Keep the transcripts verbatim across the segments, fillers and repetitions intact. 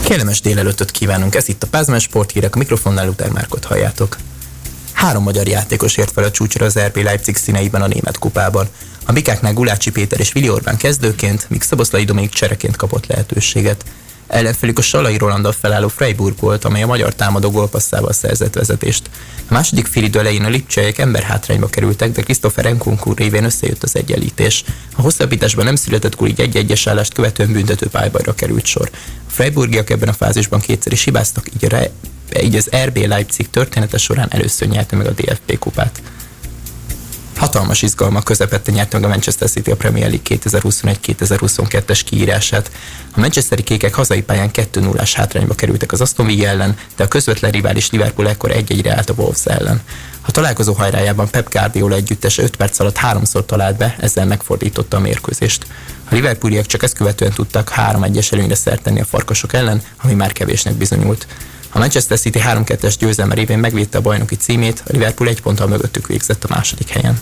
Kellemes délelőttöt kívánunk, ez itt a Pázmány Sporthírek, a mikrofonnál Luther Márkot halljátok. Három magyar játékos ért fel a csúcsra az er bé Leipzig színeiben a német kupában. A bikáknál Gulácsi Péter és Vili Orbán kezdőként, míg Szoboszlai Dominik csereként kapott lehetőséget. Ellenfelük a Salai Rolanddal felálló Freiburg volt, amely a magyar támadó gólpasszával szerzett vezetést. A második félidő elején a lipcsaiak emberhátrányba kerültek, de Christopher Nkunku révén összejött az egyenlítés. A hosszabbításban nem született gól, így egy-egyes állást követően büntető pályabajra került sor. A freiburgiak ebben a fázisban kétszer is hibáztak, így, a re... így az er bé Leipzig története során először nyerte meg a dé ef bé kupát. Hatalmas izgalmak közepette nyerte meg a Manchester City a Premier League kétezer-huszonegy kétezer-huszonkettes kiírását. A manchesteri kékek hazai pályán kettő nullás hátrányba kerültek az Aston Villa ellen, de a közvetlen rivális Liverpool ekkor egy-egyre állt a Wolves ellen. A találkozó hajrájában Pep Guardiola együttese öt perc alatt háromszor talált be, ezzel megfordította a mérkőzést. A Liverpooliak csak ezt követően tudtak három egyes előnyre szert tenni a farkasok ellen, ami már kevésnek bizonyult. A Manchester City három kettes győzelme révén megvédte a bajnoki címét, a Liverpool egy ponttal mögöttük végzett a második helyen.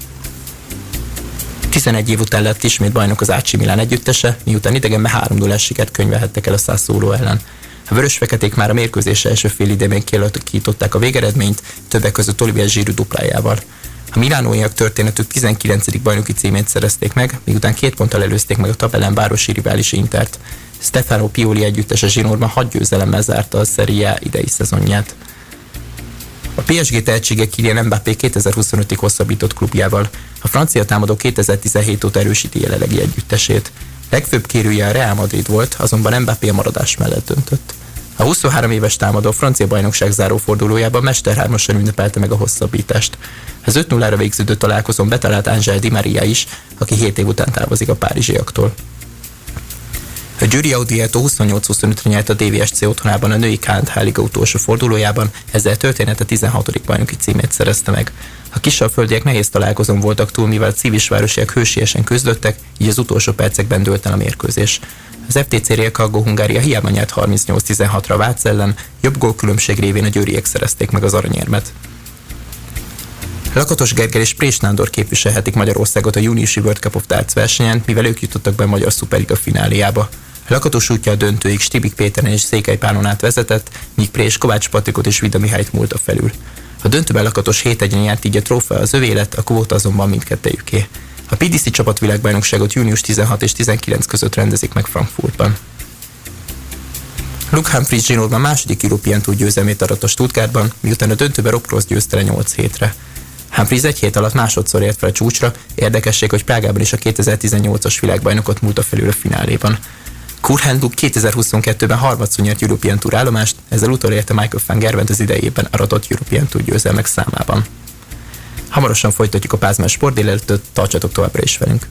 tizenegy év után lett ismét bajnok az á cé Milán együttese, miután idegenben három nullás sikert könyvelhettek el a Sassuolo ellen. A vörösfeketék már a mérkőzés első fél idejében kialakították a végeredményt, többek között Olivier Giroud duplájával. A milánóiak történetük tizenkilencedik bajnoki címét szerezték meg, miután két ponttal előzték meg a tabellán városi rivális Intert. Stefano Pioli együttese Zsinórban hat győzelemmel zárta a Serie A idei szezonját. A pé es gé tehetsége Kylian Mbappé kétezer-huszonötig hosszabbított klubjával. A francia támadó kétezer-tizenhét óta erősíti jelenlegi együttesét. Legfőbb kérője a Real Madrid volt, azonban Mbappé a maradás mellett döntött. A huszonhárom éves támadó a francia bajnokság zárófordulójában mesterhármasan ünnepelte meg a hosszabbítást. Az öt nullára végződő találkozón betalált Ángel Di Maria is, aki hét év után távozik a párizsiaktól. A Győri Audiátó huszonnyolc huszonötre nyert a dé vé es cé otthonában a női ká en há liga utolsó fordulójában, ezzel története tizenhatodik bajnoki címét szerezte meg. A kisalföldiek nehéz találkozón voltak túl, mivel a civisvárosiak hősiesen küzdöttek, így az utolsó percekben dőlt el a mérkőzés. Az ef té cé Rél-Kargó Hungária hiába nyert harmincnyolc tizenhatra a Vác ellen, jobb gólkülönbség révén a győriek szerezték meg az aranyérmet. Lakatos Gergely és Prés Nándor képviselhetik Magyarországot a júniusi World Cup of Darts versenyen, mivel ők jutottak be a Magyar Szuperliga fináléjába. Lakatos útja a döntőig Stibik Péteren és Székely Pánon át vezetett, míg Prés Kovács Patrikot és Vida Mihályt múlta felül. A döntőben Lakatos hét egyen nyert, így a trófea az övé lett, a kvóta azonban mindkettejüké. A pé dé cé csapatvilágbajnokságot június tizenhat és tizenkilenc között rendezik meg Frankfurtban. Luke Humphries Zsinórban második European Tour győzelmét aratott a Stuttgartban, miután a döntőben Rob Cross győzte le nyolc hétre. Humphries egy hét alatt másodszor ért fel a csúcsra, érdekesség, hogy Prágában is a kétezer-tizennyolcas világbajnokot múlta felül a fináléban. Kurhenduk kétezer-huszonkettőben harmadszor nyert European Tour állomást, ezzel utolérte Michael van Gerwent az idejében aratott European Tour győzelmek számában. Hamarosan folytatjuk a Pázmány Sport délelőttöt, tartsatok továbbra is velünk!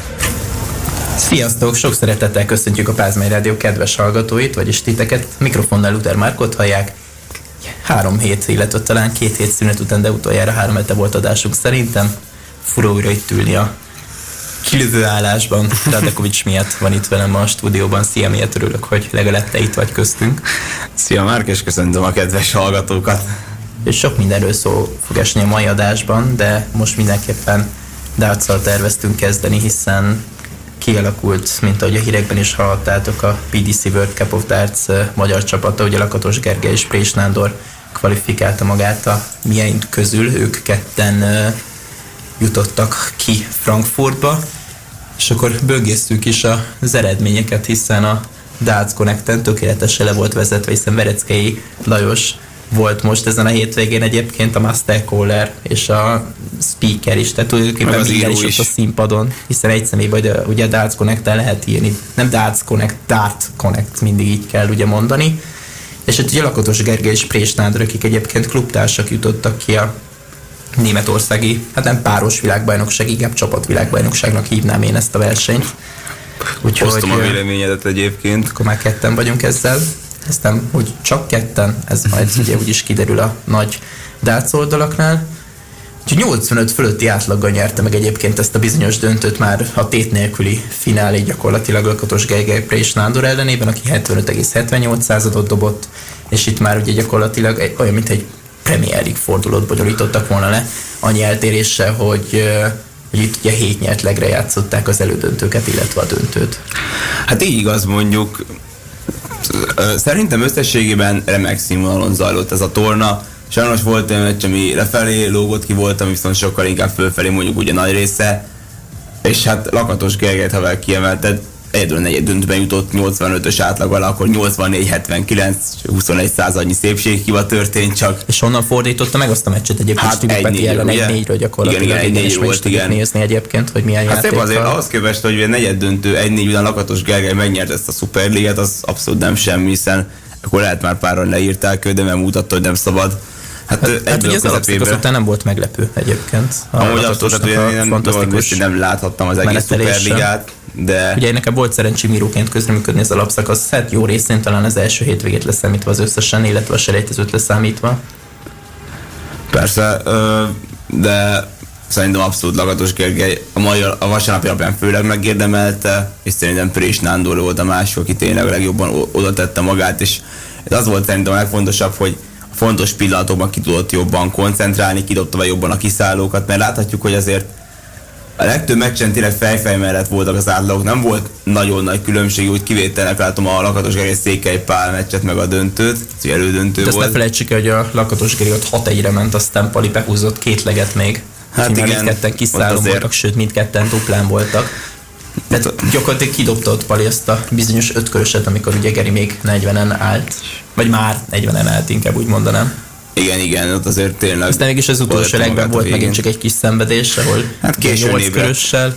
Sziasztok! Sok szeretettel köszöntjük a Pázmány Rádió kedves hallgatóit, vagyis titeket. Mikrofonnál Luther Márkot hallják. Három hét, illetve talán két hét szünet után, de utoljára három hete volt adásunk szerintem. Fura újra itt ülni a kilövő állásban. Radakovics miatt van itt velem a stúdióban. Szia, miért örülök, hogy legalább te itt vagy köztünk. Szia Márk, és köszöntöm a kedves hallgatókat. És sok mindenről szó fog esni a mai adásban, de most mindenképpen dartszal terveztünk kezdeni, hiszen kialakult, mint ahogy a hírekben is hallhattátok, a pé dé cé World Cup of Darts magyar csapata, ugye Lakatos Gergely és Prés Nándor kvalifikálta magát a miénk közül, ők ketten uh, jutottak ki Frankfurtba, és akkor böngésztük is az eredményeket, hiszen a Darts Connecten tökéletesen le volt vezetve, hiszen Vereckei Lajos volt most ezen a hétvégén egyébként a Master Caller és a Speaker is, tehát tulajdonképpen minden is, is ott a színpadon, hiszen egy személyben, de ugye a Darts Connect-tel lehet írni, nem Darts Connect, Dart Connect, mindig így kell ugye mondani, és ott ugye Lakatos Gergely és Prés Nándor, akik egyébként klubtársak jutottak ki a németországi, hát nem páros világbajnokság, inkább csapatvilágbajnokságnak hívnám én ezt a versenyt. Úgyhogy osztom a véleményedet egyébként. Akkor már ketten vagyunk ezzel. Aztán, hogy csak ketten, ez majd ugye úgyis kiderül a nagy darts oldalaknál. Úgyhogy nyolcvanöt fölötti átlaggal nyerte meg egyébként ezt a bizonyos döntőt már a tét nélküli finálé gyakorlatilag Lakatos Gergely Prés Nándor ellenében, aki hetvenöt egész hetvennyolc századot dobott, és itt már ugye gyakorlatilag egy, olyan, mint egy Premier League fordulót bonyolítottak volna le, annyi eltéréssel, hogy, hogy itt ugye hét nyertlegre játszották az elődöntőket, illetve a döntőt. Hát így igaz, mondjuk Szerintem összességében remek színvonalon zajlott ez a torna. Sajnos volt egy meccs, ami lefelé lógott ki voltam, viszont sokkal inkább fölfelé, mondjuk ugye nagy része. És hát Lakatos Gergelyt, ha kiemelted, egyedül negyed döntőben jutott nyolcvanötös átlaggal, akkor nyolcvannégy hetvenkilenc, huszonegy századnyi szépséghiba történt csak. És honnan fordította meg azt a meccset egyébként? Hát egy négy, ellen egy négyről gyakorlatilag. Igen, igen, egy négy volt, igen. Nézni egyébként, hogy milyen hát játékkal. Hát azért ahhoz képest, hogy negyed döntő, egy négy után Lakatos Gergely megnyert ezt a szuperligát, az abszolút nem semmi, hiszen akkor lehet már páran leírták, de nem mutatta, hogy nem szabad. Hát, hát, hát ugye az alapszakasz után nem volt meglepő egyébként. Amúgy azt tudod, hogy én nem, nem láthattam az egész szuperligát, de... Ugye nekem volt szerencsém íróként közreműködni az alapszakasz, hát jó részén talán az első hétvégét leszámítva az összesen, illetve a selejtezőt leszámítva. Persze, de szerintem abszolút Lakatos Gergely a, mai, a vasárnapi napján főleg megérdemelte, és szerintem Prés Nándor volt a másik, aki tényleg a legjobban oda tette magát, és az volt szerintem a legfontosabb, hogy a fontos pillanatokban ki tudott jobban koncentrálni, kidobta be jobban a kiszállókat, mert láthatjuk, hogy azért a legtöbb meccsen tényleg fejfej mellett voltak az átlagok, nem volt nagyon nagy különbség, úgy kivételnek látom a Lakatos Gergely Székely Pál meccset, meg a döntőt, az elődöntő de volt. Azt ne felejtsük, hogy a Lakatos Gergely ott hat egyre ment, aztán Pali behúzott két leget még. Hát igen, mindketten kiszálló voltak, sőt mindketten duplán voltak. Tehát gyakorlatilag kidobta ott Pali azt a bizonyos ötköröset, amikor ugye Geri még negyvenen állt, vagy már negyvenen állt, inkább úgy mondanám. Igen, igen, ott azért tényleg... Aztán mégis az utolsó legben volt megint csak egy kis szenvedés, ahol hát nyolc körössel.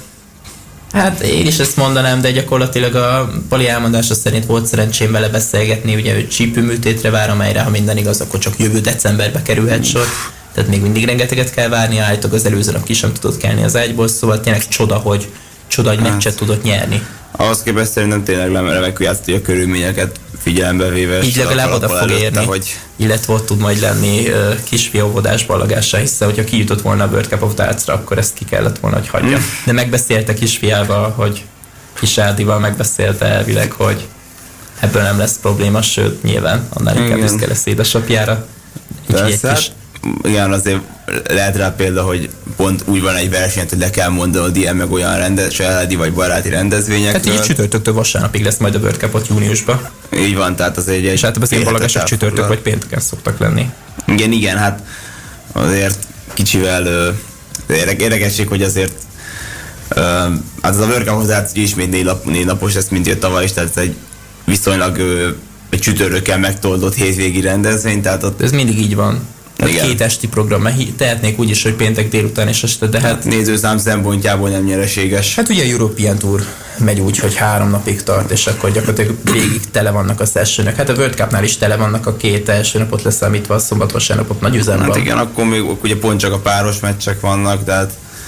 Hát én is ezt mondanám, de gyakorlatilag a Pali elmondása szerint volt szerencsém vele beszélgetni, ugye ő csípőműtétre vár, amelyre ha minden igaz, akkor csak jövő decemberbe kerülhet sor. Tehát még mindig rengeteget kell várni, állítólag az előző nap ki sem tudott kelni az ágyból, szóval tényleg csoda, hogy csoda, hogy meccset tudott nyerni. Ahhoz képest szerintem tényleg remekül játszott a körülményeket figyelembe véve. Így legalább oda fog érni, hogy... illetve ott tud majd lenni uh, kisfia óvodás ballagással, hiszen hogyha kijutott volna a World Cup of Darts-ra, akkor ezt ki kellett volna, hogy hagyja. Mm. De megbeszélte kisfiával, hogy kis Ádival megbeszélte elvileg, hogy ebből nem lesz probléma, sőt nyilván annál inkább büszke lesz édesapjára. Persze, hát, igen, azért lehet rá példa, hogy pont úgy van egy versenyt, hogy le kell mondanod ilyen meg olyan rendes, családi vagy baráti rendezvényekről. Hát így csütörtöktől vasárnapig lesz majd a World Cupot júniusban. Így van, tehát az egy... És hát az ilyen ballagások csütörtök vagy pénteken szoktak lenni. Igen, igen, hát azért kicsivel érdekesség, hogy azért uh, hát az a World Cup hozzá ismét négy, nap, négy napos lesz, mint jött tavaly is, tehát ez egy viszonylag uh, egy csütörtökkel megtoldott hétvégi rendezvény, tehát ott... Ez mindig így van. Két esti program, mert tehetnék úgy is, hogy péntek délután és este, de hát... hát nézőszám szempontjából nem nyereséges. Hát ugye a European Tour megy úgy, hogy három napig tart, és akkor gyakorlatilag végig tele vannak az elsőnek. Hát a World Cupnál is tele vannak a két első napot leszámítva, a szombat-vasárnapot nagy üzemben. Hát igen, akkor még ugye pont csak a páros meccsek vannak, tehát...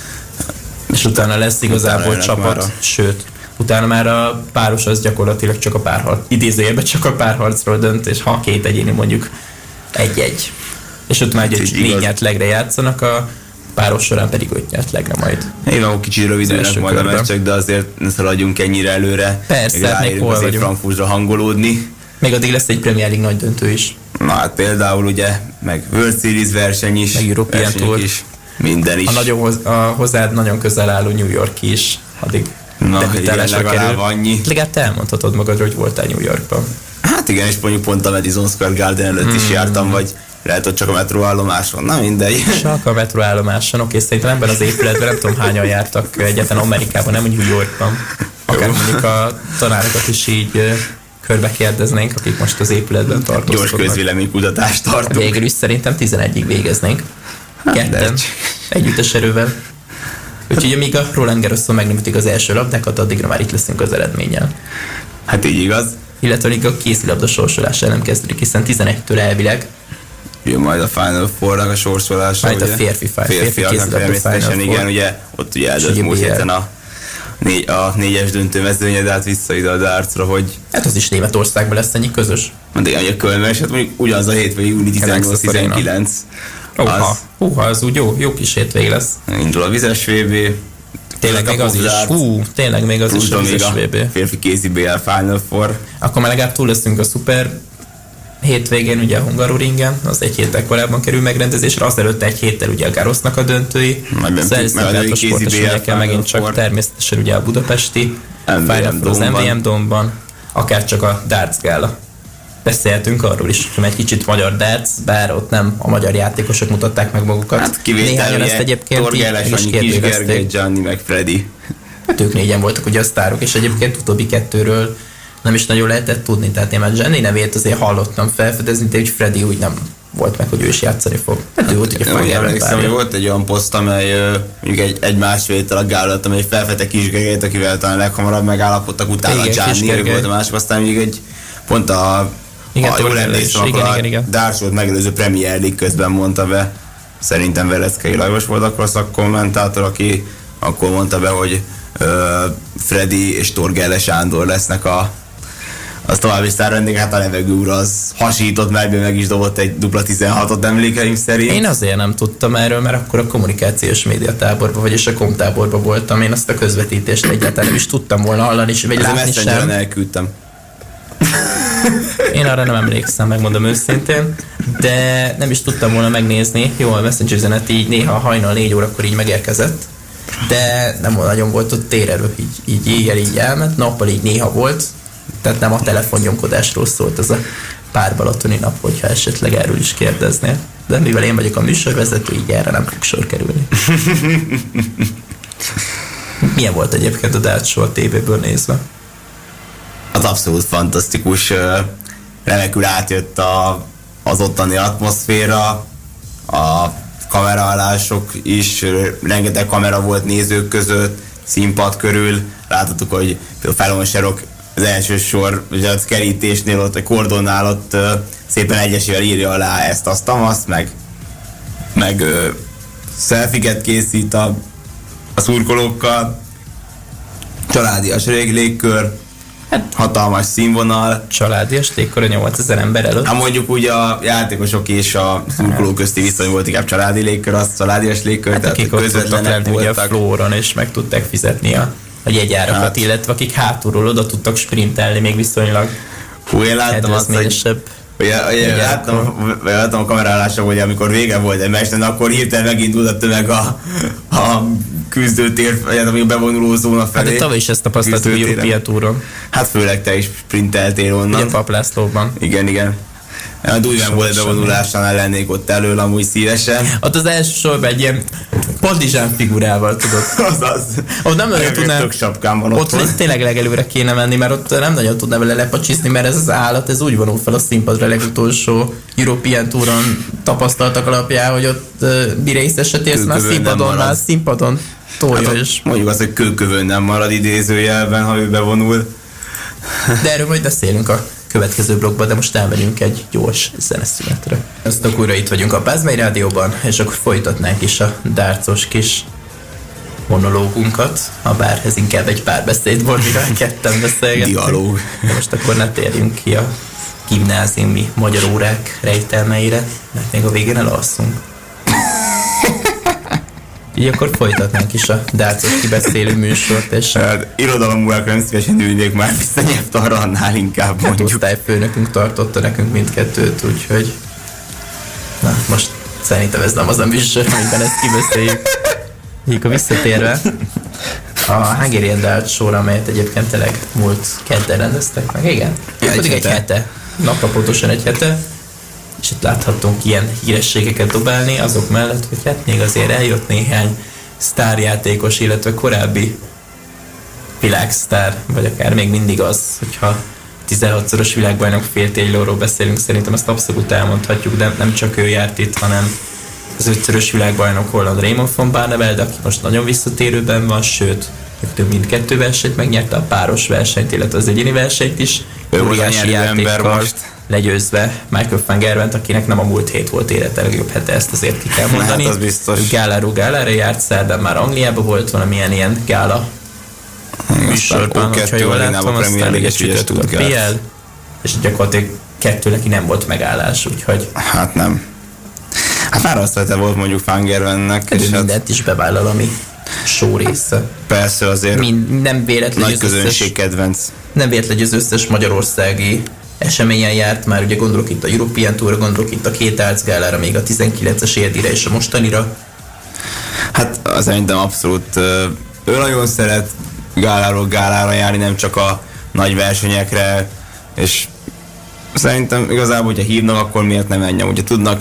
És utána lesz igazából utána csapat, a... sőt, utána már a páros az gyakorlatilag csak a párharc, idézőjelben csak a párharcról dönt, és ha két egyéni mondjuk egy-egy. És ott már egy négy nyert legre játszanak, a páros során pedig öt nyert legre majd. Igen, kicsit rövidülnek majd körben a meccsek, de azért ne szaladjunk ennyire előre. Persze, még hol vagyunk. Frankfurtra hangolódni. Még addig lesz egy Premier League nagy döntő is. Na hát például ugye, meg World Series verseny is, meg European Tour is, minden is. A, nagyon hoz, a hozzád nagyon közel álló New York is, addig debütálásra kerül. Annyi. Legalább te elmondhatod magadról, hogy voltál New Yorkban. Hát igen, és mondjuk pont a Madison Square Garden előtt mm. is jártam, vagy lehet, hogy csak a metróállomáson, na mindegy. Csak a metróállomáson, oké, szerintem ebben az épületben nem tudom hányan jártak egyáltalán Amerikában, nem New Yorkban. Akár mondjuk a tanárokat is így körbe kérdeznénk, akik most az épületben tartózkodnak. Gyors közvéleménykutatást tartunk. Végül is szerintem tizenegyig végeznénk. Ketten. Együttes erővel. Úgyhogy amíg a Roland Garroson meg nem ütik az első labdákat, addigra már itt leszünk az eredménnyel. Hát így igaz. Illetve amíg a kézilabda sorsolással nem kezdődik, hiszen tizenegytől elvileg jön majd a Final Four-nak a sorsolása. Majd ugye? A férfi, férfi kézilabda Final Four. Igen, ugye ott ugye eldőlt múlt héten a, négy, a négyes döntő mezőnye, de hát vissza ide a dartsra, hogy... Hát az is Németországban lesz ennyi közös. De igen, a Köln, és hát mondjuk ugyanaz a hétvégi júni tizennyolc tizenkilenc. Húha, húha, az úgy jó, jó kis hétvég lesz. Indul a vizes vé bé. Tényleg még az is. Hú, tényleg még az is a vizes vé bé. Férfi kézi bé el Final Four. Akkor már legalább túl leszünk a szuper hétvégén, ugye a Hungaroringen, az egy héttel korábban kerül megrendezésre, azelőtt egy héttel ugye a Garrosznak a döntői. Szerintem a sporteseményekkel megint csak természetesen ugye a budapesti Final Four az em vé em Domban, akár csak a Darts Gála. beszéltünk arról is, hogy egy kicsit magyar darts, bár ott nem a magyar játékosok mutatták meg magukat. Hát kivétel, ezt egyébként Torgeles, Annyi, Kis Gergely, Gianni meg Freddy. Hát ők négyen voltak ugye a sztárok, és egyébként utóbbi kettőről nem is nagyon lehetett tudni, tehát én már Gianni nevét azért hallottam felfedezni, de úgy Freddy úgy nem volt meg, hogy ő is játszani fog. Hát ő volt ugye Fangerben. Hogy volt egy olyan poszt, amely mondjuk egy, egy másfél héttel a gálat, amely felfedte Kis Gergelyt, akivel talán leghamarabb megállapodtak, utána a Gianni volt a másik, aztán még egy pont a igen, ha jól emlékszem, igen, akkor igen, igen. a Dársót megelőző Premier League közben mondta be, szerintem Vereckei Lajos volt akkor a szakkommentátor, aki akkor mondta be, hogy uh, Freddy és Torgelle Sándor lesznek a az további sztárvendég, hát a levegő úr az hasított, mert meg is dobott egy dupla tizenhatot emlékeim szerint. Én azért nem tudtam erről, mert akkor a kommunikációs médiatáborban, vagyis a komtáborban voltam, én azt a közvetítést egyáltalán nem is tudtam volna hallani, vagy látni sem. elküldtem. Én arra nem emlékszem, megmondom őszintén, de nem is tudtam volna megnézni. Jó, a Messenger üzenet így néha hajnal négy órakor így megérkezett, de nem nagyon volt ott térerő, így, így éjjel így elment, nappal így néha volt, tehát nem a telefonnyomkodásról szólt ez a pár balatoni nap, hogyha esetleg erről is kérdeznél. De mivel én vagyok a műsorvezető, így erre nem fog sor kerülni. Milyen volt egyébként a Darts Show a tévéből nézve? Az abszolút fantasztikus, remekül átjött a, az ottani atmoszféra, a kameraállások is, rengeteg kamera volt nézők között, színpad körül, láthattuk, hogy például Fallon Sherrock az első sor, ugye a kerítésnél ott, a kordonnál ott szépen egyesével írja alá ezt, azt, azt, meg, meg szelfiket készít a, a szurkolókkal, családias légkör, hát hatalmas színvonal. Családias légkör, nyolcezer ember előtt. Hát mondjuk úgy a játékosok és a szurkolók közti viszony volt inkább családi légkör, az családias légkör, hát tehát akik közvetlenek voltak. A flóron, és meg tudták fizetni a, a jegyárakat, hát. Illetve akik hátulról oda tudtak sprintelni még viszonylag. Hú, én láttam azt, hogy Ugye, ugye láttam, láttam a kamerálásra, hogy amikor vége volt egy meccsen, akkor hirtelen megindult a tömeg a, a küzdőtér, vagy a bevonuló zóna felé. Hát de tavaly is ezt tapasztaltuk a European Touron. Hát főleg te is sprinteltél onnan. Ugye Paplászlóban. Igen, igen. A Dújban volt bevonulásánál lennék ott elől amúgy szívesen. Ott az első sorban egy ilyen padizsán figurával, tudod. Azaz. Ott nem nagyon tudnám, tök sapkám van ott. Ott tényleg legelőre kéne menni, mert ott nem nagyon tudná vele lepacsizni, mert ez az állat, ez úgy vonul fel a színpadra legutolsó European Touron tapasztaltak alapján, hogy ott Birész esetén már színpadon, már színpadon tolja hát is. Mondjuk azt, hogy kőkövön nem marad idézőjelben, ha ő bevonul. De erről majd beszélünk a következő blogban, de most elmegyünk egy gyors zeneszünetre. Ezt akkor újra itt vagyunk a Pázmány Rádióban, és akkor folytatnánk is a dárcos kis monológunkat, ha bár ez inkább egy párbeszéd volt, mivel ketten beszélgettünk. Dialóg. De most akkor ne térjünk ki a gimnáziumi magyar órák rejtelmeire, mert még a végén elalszunk. Így akkor folytatnánk is a dárcos kibeszélő műsort, és... Hát, irodalomúak nem szívesen ülnék már vissza nyelvtanra, annál inkább mondjuk. Hát osztályfőnökünk tartotta nekünk mindkettőt, úgyhogy... Na, most szerintem ez nem az a műsor, amiben ezt kibeszéljük. Így akkor visszatérve, a Hungarian Darts Show-ra, amelyet egyébként tényleg múlt kedden rendeztek meg, igen? Ja, pedig egy hete. Napra pontosan egy hete. És itt láthattunk ilyen hírességeket dobálni, azok mellett, hogy hát még azért eljött néhány sztárjátékos, illetve korábbi világsztár, vagy akár még mindig az, hogyha tizenhatszoros világbajnok Phil Taylorról beszélünk, szerintem ezt abszolút elmondhatjuk, de nem csak ő járt itt, hanem az ötszörös világbajnok holland Raymond van Barneveld, aki most nagyon visszatérőben van, sőt, több mindkettő versenyt megnyerte, a páros versenyt, illetve az egyéni versenyt is. Óriási játékkal legyőzve Michael van Gerwent, akinek nem a múlt hét volt élete legjobb hete, ezt azért ki kell mondani. Hát az biztos. Gáláról gálára járt, szerdán már Angliában volt valamilyen ilyen gála műsorban, hogyha jól láttam, aztán ugye csütörtök a pé el, és gyakorlatilag kettő neki nem volt megállás, úgyhogy... Hát nem. Hát már azt hete volt mondjuk Van Gerwennek. És mindent hát... is bevállal, ami show része. Persze azért Mind, nem véletlen, nagy közönség kedvenc. Nem véletlen, hogy az összes magyarországi eseményen járt már, ugye gondolok itt a European Tour, gondolok itt a két álcgálára, még a tizenkilences érdire és a mostanira. Hát szerintem abszolút ő nagyon szeret gáláról gálára járni, nem csak a nagy versenyekre, és Szerintem igazából, hogyha hívnak, akkor miért nem menjem? Hogyha tudnak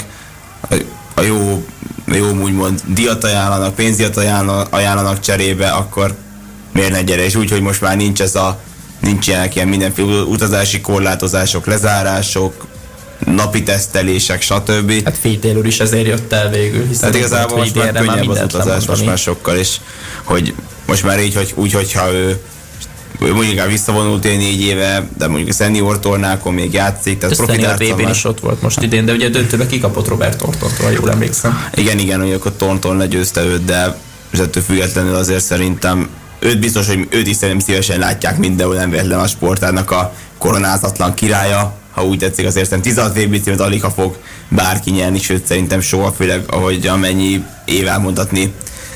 a jó, jó úgymond díjat ajánlanak, pénzdíjat ajánlanak, ajánlanak cserébe, akkor miért ne gyere? És úgy, hogy most már nincs ez a, nincsenek ilyen mindenféle utazási korlátozások, lezárások, napi tesztelések, stb. Hát Fitt Taylor is ezért jött el végül, hiszen hát igazából most már könnyebb az utazás, most már sokkal, és hogy most már így, hogy úgy, hogyha ő mondjuk visszavonult én négy éve, de mondjuk a senior tornákon még játszik, tehát profitáltam. A vé bén is ott volt most idén, de ugye döntőbe kikapott Robert Thorntontól, jól emlékszem. Igen, igen, hogy akkor Thornton legyőzte őt, de ettől függetlenül azért szerintem őt biztos, hogy őt is szerintem szívesen látják mindenhol, nem véletlen a sportának a koronázatlan királya, ha úgy tetszik, azért szerintem tizenhat vé bé címet alig ha fog bárki nyerni, sőt szerintem soha, főleg ahogy amennyi év elmondatni.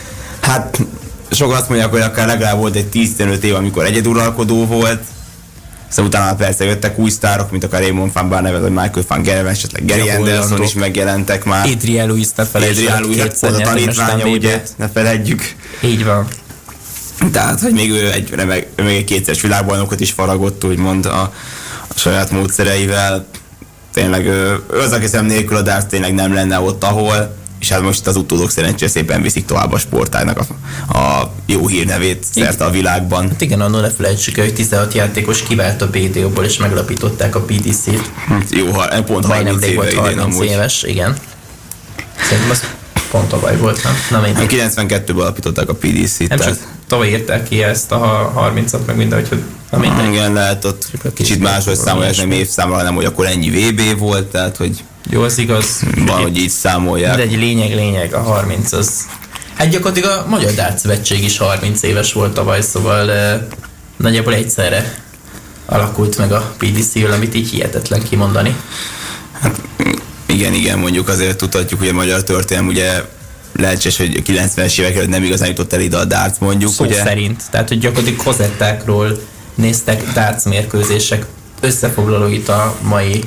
Hát sokan azt mondják, hogy akár legalább volt egy tíz-tizenöt év, amikor egyeduralkodó volt, aztán utána persze jöttek új sztárok, mint akár Raymond van Barneveld, vagy Michael van Gerwen, esetleg Gary ja, Anderson is megjelentek már. Adrian Lewis, ne felejtsük. Adrian Lewis, a tanítványa, ugye, ne feledjük. Így van. Tehát, hogy még ő egy, remeg, még egy kétszeres világbajnokot is faragott, úgymond a, a saját módszereivel. Tényleg ő, az, aki szem nélkül a darts tényleg nem lenne ott, ahol, és hát most az utódok szerencsére szépen viszik tovább a sportágnak a, a jó hírnevét szerte a világban. Hát igen, annól ne felejtsük, hogy tizenhat játékos kivált a bé dé ó-ból, és meglapították a pé dé cét. Jó, pont harminc éve idén amúgy. éves, igen. Szerintem az pont tavaly volt, nem? nem kilencvenkettőben alapították a pé dé cét. Nem csak tavaly írták ki ezt a harmincat, meg minden, hogy nem mindegy. Igen, lehet ott kicsit máshogy számolják, nem évszámra, hanem hogy akkor ennyi vé bé volt, tehát hogy jó, az igaz. Valahogy így számolják. De egy lényeg, lényeg, a harminc az... Hát gyakorlatilag a Magyar Darts Szövetség is harminc éves volt tavaly, szóval uh, nagyjából egyszerre alakult meg a pé dé cé-vel, amit így hihetetlen kimondani. Hát igen, igen, mondjuk azért tudhatjuk, hogy a magyar történelem ugye lehetséges, hogy a kilencvenes évek előtt nem igazán jutott el ide a darts, mondjuk. Szó ugye? szerint. Tehát, hogy gyakorlatilag kozettákról néztek darts mérkőzések összefoglalóit a mai,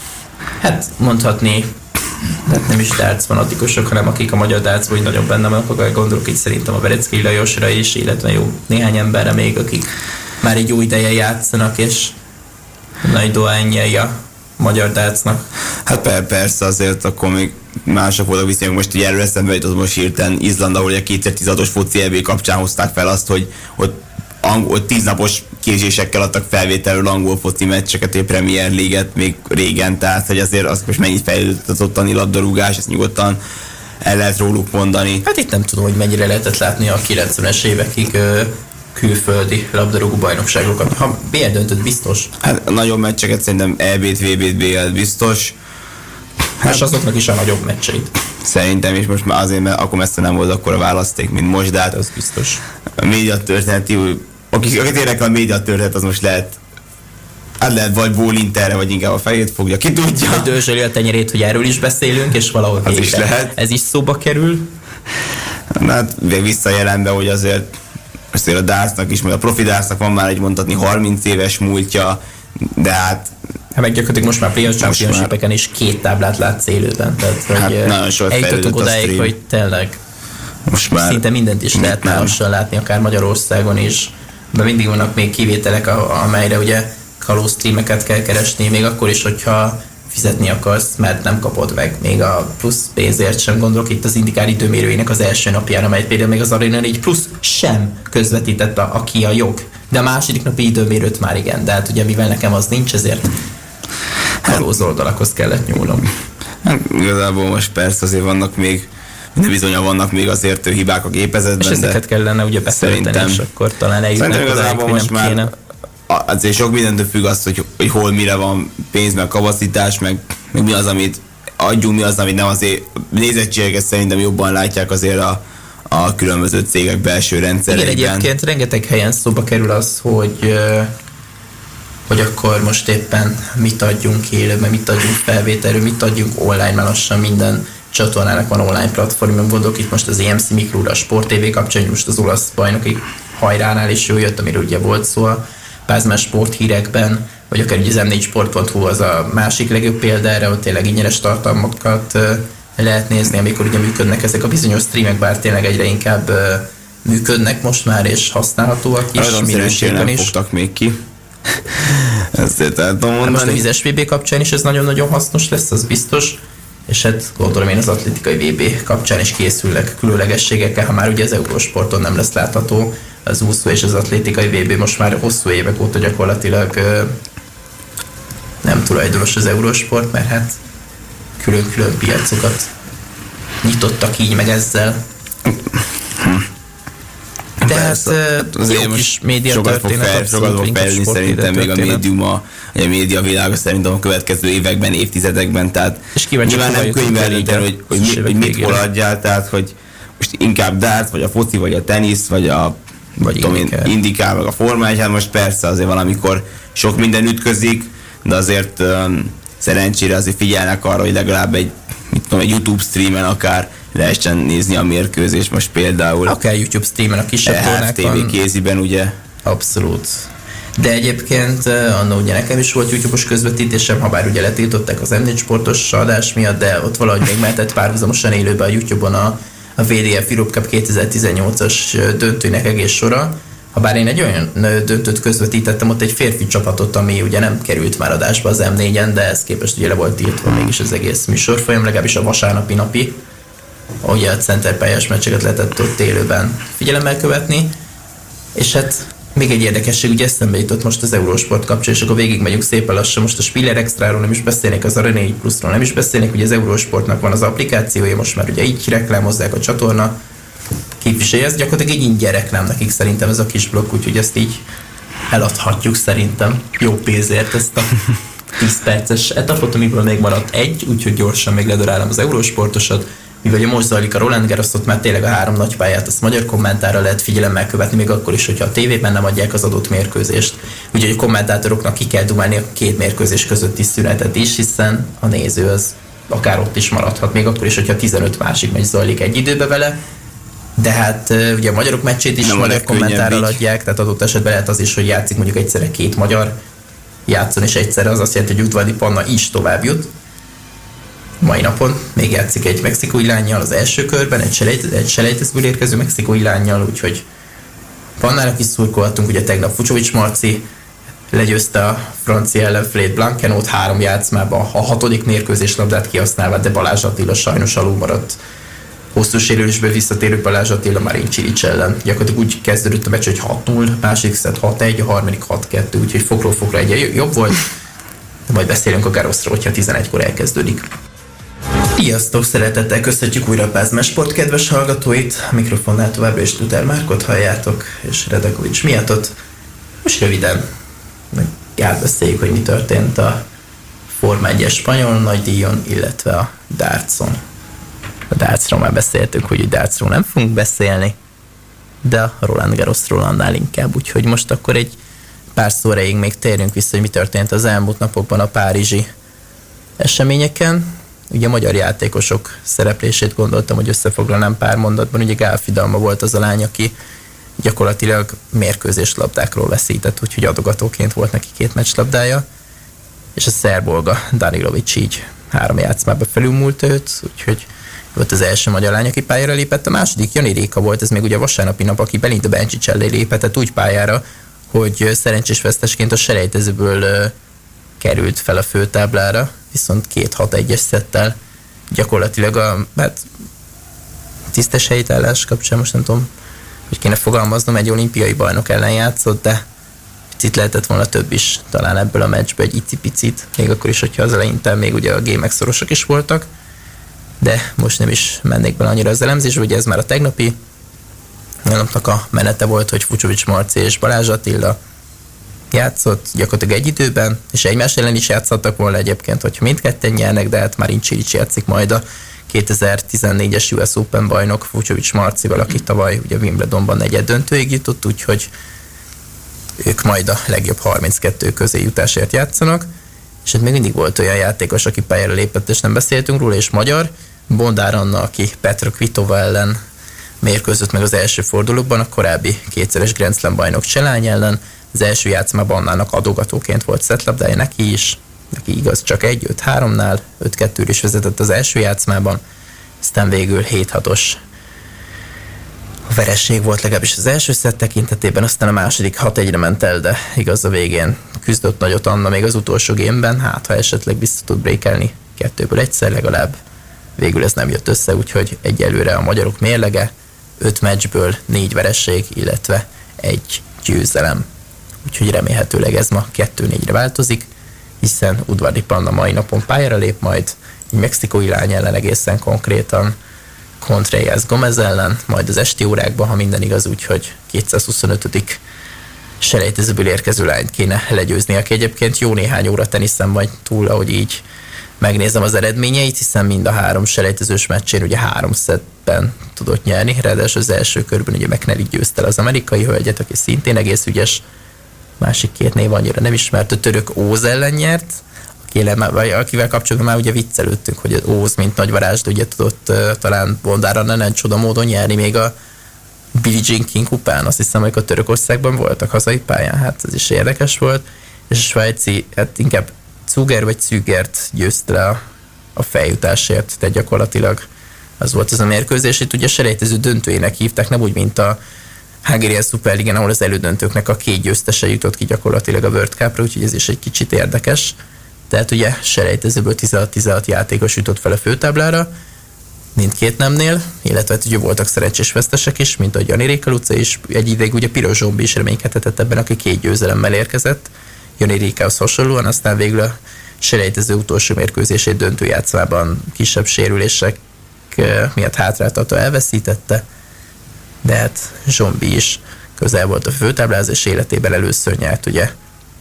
hát mondhatni, tehát nem is darts fanatikusok, hanem akik a magyar dartsból így nagyon benne vannak, akkor gondolok így szerintem a Vereckei Lajosra is, illetve jó néhány emberre még, akik már egy jó ideje játszanak, és nagy dohányjai a magyar dartsnak. Hát per, persze azért akkor még mások voltak viszonylag, most ugye erről eszembe jutott most hirtelen Izland, ahol a kétezer-tizenhatos foci é bé kapcsán hozták fel azt, hogy ott, angol, ott tíznapos késésekkel adtak felvételről angol foci meccseket, a Premier League-et még régen, tehát hogy azért az most mennyit fejlődött az ottani labdarúgás, ezt nyugodtan el lehet róluk mondani. Hát itt nem tudom, hogy mennyire lehetett látni a kilencvenes évekig ö, külföldi labdarúgó bajnokságokat. Ha bé el döntött, biztos. Hát a nagyobb meccseket szerintem é bét, vé bét, bé el biztos. Hát, és azoknak is a nagyobb meccseit. Szerintem is most már azért, mert akkor messze nem volt akkor a választék, mint most, de hát az biztos. A médiatörténeti, akik, akik érdekel a médiatörténet, az most lehet, hát lehet vagy bólint erre, vagy inkább a fejét fogja, ki tudja. Vagy dőzsöli a tenyerét, hogy erről is beszélünk, és valahol az is lehet. Ez is szóba kerül. Na hát vissza jelenbe, hogy azért, azért a dartsnak is, mert a profi dartsnak van már egy mondhatni harminc éves múltja, de hát hát meg gyakorlatilag most már Players Championship-eken is két táblát látsz élőben. Tehát, hát hogy nagyon sokat fejlődött a odáig, stream. hogy tényleg most már szinte mindent is lehet lassan látni, akár Magyarországon is. De mindig vannak még kivételek, amelyre ugye kalóz streameket kell keresni, még akkor is, hogyha fizetni akarsz, mert nem kapod meg. Még a plusz pénzért sem, gondolok itt az Indikár időmérőjének az első napján, amelyet például még az Arena négy plusz sem közvetített a, aki a jog. De a második napi időmérőt már igen, de hát ugye mivel nekem az nincs, ezért kalóz oldalakhoz kellett nyúlnom. Hát, igazából most persze azért vannak még, de bizonyan vannak még azért hibák a gépezetben. És ezeket kellene ugye betölteni, és akkor talán eljutnak odáig, hogy nem kéne. Azért sok mindentől függ az, hogy, hogy hol mire van pénz, meg kapacitás, meg, meg mi az, amit adjunk, mi az, amit nem, azért nézettségeket szerintem jobban látják azért a, a különböző cégek belső rendszereiben. Igen, egyébként rengeteg helyen szóba kerül az, hogy hogy akkor most éppen mit adjunk élőben, mit adjunk felvételről, mit adjunk online, mert lassan minden csatornának van online platform, gondolok itt most az é em cé Mikróra, a Sport té vé kapcsán, most az olasz bajnoki hajránál is jó jött, amiről ugye volt szó a Pázmás sporthírekben, vagy akár ugye az em négy sport pont hu az a másik legjobb példa erre, hogy tényleg ingyenes tartalmakat lehet nézni, amikor ugye működnek ezek a bizonyos streamek, bár tényleg egyre inkább működnek most már, és használhatóak is, minőségben is. Nem fogtak még ki. Ezt tudom mondani. Most a vizes vé bé kapcsán is ez nagyon-nagyon hasznos lesz, az biztos. És hát gondolom én az atlétikai vé bé kapcsán is készülnek különlegességekkel, ha már ugye az Eurosporton nem lesz látható az úszó és az atlétikai vé bé most már hosszú évek óta gyakorlatilag nem tulajdonos az Eurosport, mert hát külön-külön piacokat nyitottak így meg ezzel. De hát az jó kis média történet, sokat fog fejlődni szerintem még a médiuma, a média világa szerintem a következő években, évtizedekben, tehát nyilván nem könyvelni, hogy, hogy, mi, hogy mit hol adjál, tehát hogy most inkább dart, vagy a foci, vagy a tenisz, vagy a vagy tudom én, indikál, meg a Forma egy, hát most persze azért valamikor sok minden ütközik, de azért um, szerencsére azért figyelnek arra, hogy legalább egy, mit tudom, egy YouTube streamen akár lehessen nézni a mérkőzést most például. Akár YouTube streamen a kisebb tornákon. há ef té vé kéziben, ugye? Abszolút. De egyébként annó ugye nekem is volt YouTube-os közvetítésem, ha bár ugye letiltották az em négy sportos adás miatt, de ott valahogy még mehetett párhuzamosan élőben a YouTube-on a, a vé dé ef Europe Cup kétezer-tizennyolcas döntőnek egész sora. Habár én egy olyan döntőt közvetítettem, ott egy férfi csapatot, ami ugye nem került már adásba az em négyen, de ez képest ugye le volt tiltva mégis az egész műsorfolyam, legalábbis a vasárnapi napi. Ugye a centerpályás meccseket lehetett ott élőben figyelemmel követni, és hát még egy érdekesség, ugye eszembe jutott most az Eurosport kapcsán, és akkor végig megyünk szépen lassan, most a Spiller Extra-ról nem is beszélnék, az Arena négy Plus-ról nem is beszélnék, ugye az Eurosportnak van az applikációja, most már ugye így reklámozzák a csatorna képviselje, ez gyakorlatilag egy ingyen reklám nekik szerintem ez a kis blokk, úgyhogy ezt így eladhatjuk szerintem jó pénzért ezt a tíz perces etapot, amiből még maradt egy, úgyhogy gyorsan még ledarálom az Eurosportosat. Mivel most zajlik a Roland Garros, ott már tényleg a három nagy pályát, azt magyar kommentára lehet figyelemmel követni, még akkor is, hogyha a tévében nem adják az adott mérkőzést. Úgyhogy a kommentátoroknak ki kell dumálni a két mérkőzés közötti szünetet is, hiszen a néző az akár ott is maradhat, még akkor is, hogyha tizenöt másik meccs zajlik egy időbe vele. De hát ugye a magyarok meccsét is nem magyar kommentárral adják, tehát adott esetben lehet az is, hogy játszik mondjuk egyszerre két magyar játszon, és egyszerre az azt jelenti, hogy Udvardi Panna is tovább jut. Mai napon még játszik egy mexikói lánnyal az első körben, egy, selejt, egy selejtezből érkező mexikói lánnyal, úgyhogy Pannának is szurkolhatunk, ugye tegnap Fucsovics Marci legyőzte a francia ellenfelét Blankenót három játszmában, a hatodik mérkőzés labdát kihasználva, de Balázs Attila sajnos alul maradt. Hosszú sérülésből visszatérő Balázs Attila Marin Cilic ellen. Gyakorlatilag úgy kezdődött a meccs, hogy hat null, második szett hat egy, a harmadik hat kettő, úgyhogy fogról fogra egy jobb volt. De majd beszélünk a Garrosról, hogyha tizenegykor elkezdődik. Sziasztok! Szeretettel köszöntjük újra a Pázmás Sport kedves hallgatóit. A mikrofonnál továbbra is Luther Márkot halljátok, és Redakovics Miatot. Most röviden átbeszéljük, hogy mi történt a Forma egyes spanyol nagydíjon, illetve a dartson. A dartsról már beszéltünk, hogy a dartsról nem fogunk beszélni, de a Roland Garrosról annál inkább, úgyhogy most akkor egy pár szó erejéig még térjünk vissza, hogy mi történt az elmúlt napokban a párizsi eseményeken. Ugye a magyar játékosok szereplését gondoltam, hogy összefoglalnám pár mondatban. Ugye Gál Fidalma volt az a lány, aki gyakorlatilag mérkőzés labdákról veszített, úgyhogy adogatóként volt neki két meccslabdája, és a szerb Olga Danilovics így három játszmába felülmúlt őt, úgyhogy volt az első magyar lány, aki pályára lépett. A második Jani Réka volt, ez még ugye a vasárnapi nap, aki Belinda Bencic ellen lépett úgy pályára, hogy szerencsés vesztesként a selejtezőből uh, került fel a főtáblára, viszont két hat egyes szettel gyakorlatilag a hát, tisztes helytállás kapcsán, most nem tudom, hogy kéne fogalmaznom, egy olimpiai bajnok ellen játszott, de picit lehetett volna több is talán ebből a meccsből, egy icipicit, még akkor is, hogyha az eleinte még ugye a gémek szorosak is voltak, de most nem is mennék bele annyira az elemzésbe, ugye ez már a tegnapi napnak a menete volt, hogy Fucsovics Marci és Balázs Attila játszott gyakorlatilag egy időben, és egymás ellen is játszhattak volna egyébként, hogyha mindketten nyernek, de hát Marin Cilic játszik majd a kétezer-tizennégyes u es Open bajnok Fucsovics Marcival, aki tavaly ugye Wimbledonban negyed döntőig jutott, úgyhogy ők majd a legjobb harminckettő közé jutásért játszanak, és hát még mindig volt olyan játékos, aki pályára lépett, és nem beszéltünk róla, és magyar, Bondár Anna, aki Petra Kvitova ellen mérkőzött meg az első fordulóban, a korábbi kétszeres Grand Slam bajnok Cselány ellen. Az első játszmában Annának adogatóként volt szettlabdája, neki is, neki igaz csak egy öt háromnál, öt kettőre is vezetett az első játszmában, aztán végül hét hatos vereség volt legalábbis az első szett tekintetében, aztán a második hat egyre ment el, de igaz a végén küzdött nagyot Anna még az utolsó gémben, hát ha esetleg vissza tud breakelni kettőből egyszer legalább. Végül ez nem jött össze, úgyhogy egyelőre a magyarok mérlege öt meccsből négy vereség, illetve egy győzelem. Úgyhogy remélhetőleg ez ma kettő négyre változik, hiszen Udvardi Panna mai napon pályára lép, majd egy mexikói lány ellen egészen konkrétan Contreras Gomez ellen, majd az esti órákban, ha minden igaz, úgyhogy kétszázhuszonötödik selejtezőből érkező lányt kéne legyőzni, aki egyébként jó néhány óra teniszen vagy túl, ahogy így megnézem az eredményeit, hiszen mind a három selejtezős meccsén ugye három szettben tudott nyerni, ráadásul az első körben ugye McNally győzte az amerikai hölgyet, aki szintén egész ügyes, másik két név annyira nem ismert, a török Óz ellen nyert, akivel kapcsolatban már ugye viccelődtünk, hogy az Óz, mint nagy varázsd, ugye tudott uh, talán Bondára nem csoda módon nyerni még a Billie Jean King kupán, azt hiszem, hogy a Törökországban voltak hazai pályán, hát ez is érdekes volt, és a svájci, hát inkább Zuger vagy Zügert győzte le a, a feljutásért, tehát gyakorlatilag az volt az a mérkőzés, itt ugye selejtező döntőjének hívták, nem úgy, mint a Hungarian Superligen, ahol az elődöntőknek a két győztese jutott ki gyakorlatilag a World Cupra, úgyhogy ez is egy kicsit érdekes. Tehát ugye selejtezőből tizenhat tizenhat játékos jutott fel a főtáblára, mindkét nemnél, illetve hát ugye voltak szerencsés vesztesek is, mint a Jani Réka-Luca is, egy ideig ugye Piros Zsombi is reménykedhetett ebben, aki két győzelemmel érkezett, Jani Rékához hasonlóan, aztán végül a selejtező utolsó mérkőzését döntőjátszmában kisebb sérülések miatt hátráltatva elveszítette, de hát Zsombi is közel volt a főtáblázás életében, először nyert ugye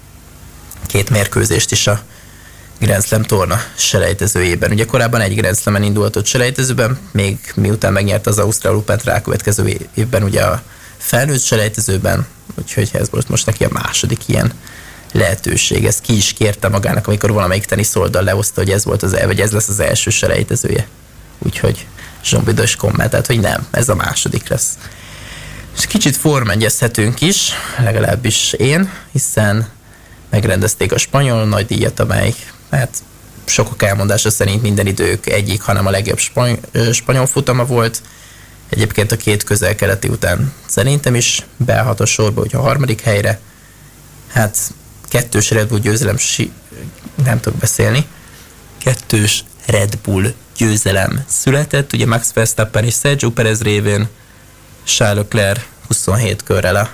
két mérkőzést is a Grand Slam torna selejtezőjében. Ugye korábban egy Grand Slamen indult ott selejtezőben, még miután megnyerte az Ausztrál Opent, rákövetkező évben ugye a felnőtt selejtezőben, úgyhogy ez volt most neki a második ilyen lehetőség. Ezt ki is kérte magának, amikor valamelyik teniszoldal lehozta, hogy ez volt az el, vagy ez lesz az első selejtezője. Úgyhogy Zsombi is kommentált, hogy nem, ez a második lesz. És kicsit formegyezhetünk is, legalábbis én, hiszen megrendezték a spanyol nagydíjat, amely hát sokak elmondása szerint minden idők egyik, hanem a legjobb spany- spanyol futama volt. Egyébként a két közel-keleti után szerintem is beállhat a sorba, hogy a harmadik helyre. Hát kettős Red Bull győzelem, si- nem tudok beszélni, kettős Red Bull győzelem született, ugye Max Verstappen és Sergio Perez révén, Charles Leclerc huszonhét körrel a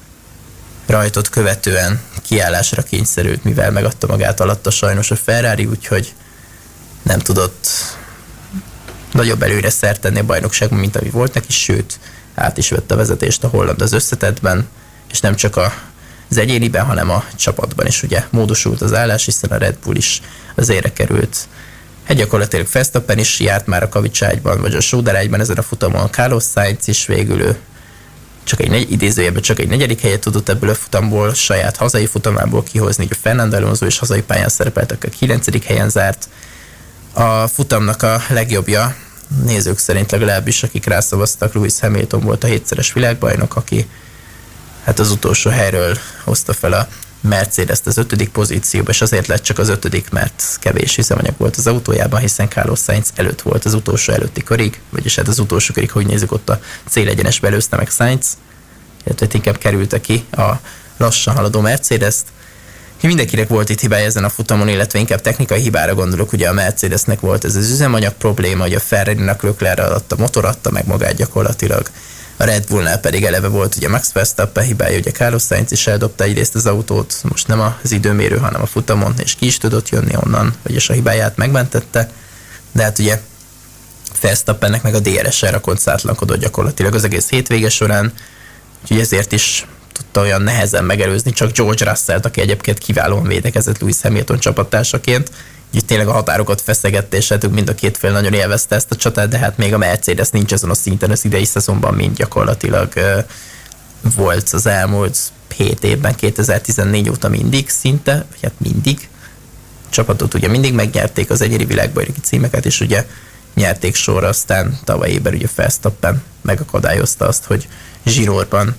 rajtot követően kiállásra kényszerült, mivel megadta magát alatta sajnos a Ferrari, úgyhogy nem tudott nagyobb előre szert tenni a bajnokságban, mint ami volt neki, sőt, át is vette a vezetést a holland az összetettben, és nem csak a, az egyéniben, hanem a csapatban is ugye módosult az állás, hiszen a Red Bull is az ére került. Hát gyakorlatilag Verstappen is járt már a kavicságyban, vagy a sódarágyban ezen a futamon, Carlos Sainz is végül ő csak egy negy, idézőjebben csak egy negyedik helyet tudott ebből a futamból, saját hazai futamából kihozni, hogy a Fernando Alonso és hazai pályán szerepeltek, a kilencedik helyen zárt. A futamnak a legjobbja, nézők szerint legalábbis, akik rászavaztak, Lewis Hamilton volt a hétszeres világbajnok, aki hát az utolsó helyről hozta fel a Mercedes-t az ötödik pozícióba, és azért lett csak az ötödik, mert kevés üzemanyag volt az autójában, hiszen Carlos Sainz előtt volt az utolsó előtti körig, vagyis hát az utolsó körig, hogy nézzük, ott a célegyenesbe előzte meg Sainz, illetve inkább kerülte ki a lassan haladó Mercedes-t. Mindenkinek volt itt hibája ezen a futamon, illetve inkább technikai hibára gondolok, ugye a Mercedesnek volt ez az üzemanyag probléma, hogy a Ferrari-nak Leclerc adta, motor adta meg magát gyakorlatilag. A Red Bullnál pedig eleve volt ugye Max Verstappen hibája, ugye Carlos Sainz is eldobta egyrészt az autót, most nem az időmérő, hanem a futamon, és ki is tudott jönni onnan, vagyis a hibáját megmentette, de hát ugye Verstappennek meg a dé er es-sel rakoncátlankodott gyakorlatilag az egész hétvége során, úgyhogy ezért is tudta olyan nehezen megelőzni csak George Russellt, aki egyébként kiválóan védekezett Lewis Hamilton csapattársaként. Úgyhogy tényleg a határokat feszegette, és hát mind a két fél nagyon élvezte ezt a csatát, de hát még a Mercedes nincs azon a szinten az idei szezonban, mint gyakorlatilag uh, volt az elmúlt hét évben, kétezer-tizennégy óta mindig szinte, vagy hát mindig. A csapatot ugye mindig megnyerték az egyéni világbajnoki címeket, és ugye nyerték sorra, aztán tavaly évben ugye Verstappen megakadályozta azt, hogy zsinórban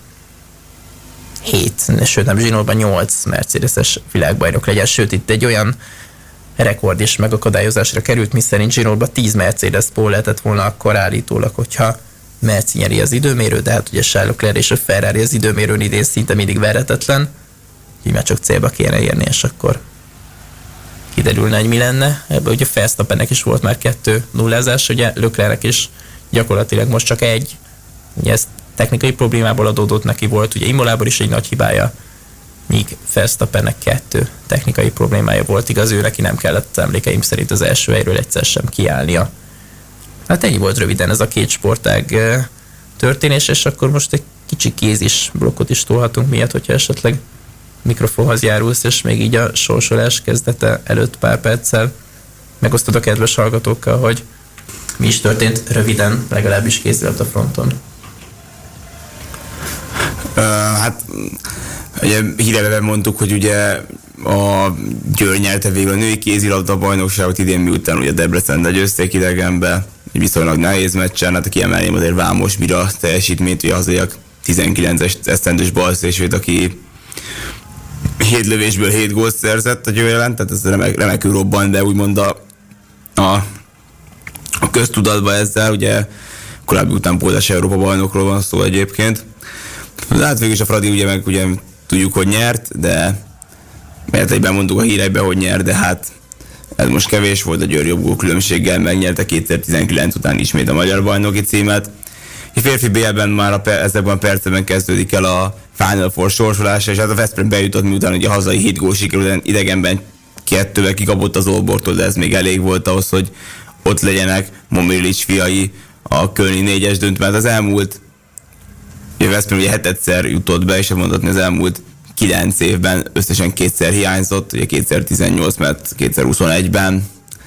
hét, sőt nem zsinórban nyolc Mercedes-es világbajnok legyen, sőt itt egy olyan rekord is megakadályozásra került, miszerint zsinórban tíz Mercedes pole lehetett volna akkor állítólag, hogyha Merci nyeri az időmérő, de hát ugye Charles Leclerc és a Ferrari az időmérőn idén szinte mindig verhetetlen, így már csak célba kéne érni, és akkor kiderülne, hogy mi lenne. Ebből ugye Verstappennek is volt már kettő nullázás, ugye Leclercnek is gyakorlatilag most csak egy, ugye ez technikai problémából adódott, neki volt ugye Imolában is egy nagy hibája, míg Verstappennek kettő technikai problémája volt, igaz, ő neki nem kellett emlékeim szerint az első helyről egyszer sem kiállnia. Hát ennyi volt röviden ez a két sportág történés, és akkor most egy kicsi kézis blokkot is tolhatunk miatt, hogyha esetleg mikrofonhoz járulsz, és még így a sorsolás kezdete előtt pár perccel megosztod a kedves hallgatókkal, hogy mi is történt röviden, legalábbis kézilabda fronton. Uh, hát ugye híreveben mondtuk, hogy ugye a Győr nyerte végül a női kézilabda bajnokságot idén, miután ugye Debrecenbe győzték idegenbe, egy viszonylag nehéz meccsen, hát kiemelném azért Vámos Mira teljesítményt, ugye azért tizenkilences esztendős balszélsőt, aki hét lövésből hét gólt szerzett a Győr ellen, tehát ez remek, remekül robban, de úgymond a, a, a köztudatban ezzel, ugye korábbi utánpótlás Európa bajnokról van szó egyébként. De hát végül is a Fradi ugye meg ugye tudjuk, hogy nyert, de mert egyben mondtuk a hírekben, hogy nyert, de hát ez most kevés volt, a Győr jobb gól különbséggel megnyerte kétezer-tizenkilenc után ismét a magyar bajnoki címet. A férfi bé el-ben már a per, ezekben a percekben kezdődik el a Final Four sorsolása, és hát a Veszprém bejutott, miután ugye a hazai hét gól sikerült, idegenben kettővel kikapott az Olbortól, de ez még elég volt ahhoz, hogy ott legyenek Momilic fiai a kölni négyes döntőben. Az elmúlt a Veszprém ugye hetedszer jutott be, és mondhatni az elmúlt kilenc évben összesen kétszer hiányzott, ugye kétezer-tizennyolc, mert kétezer-huszonegyben.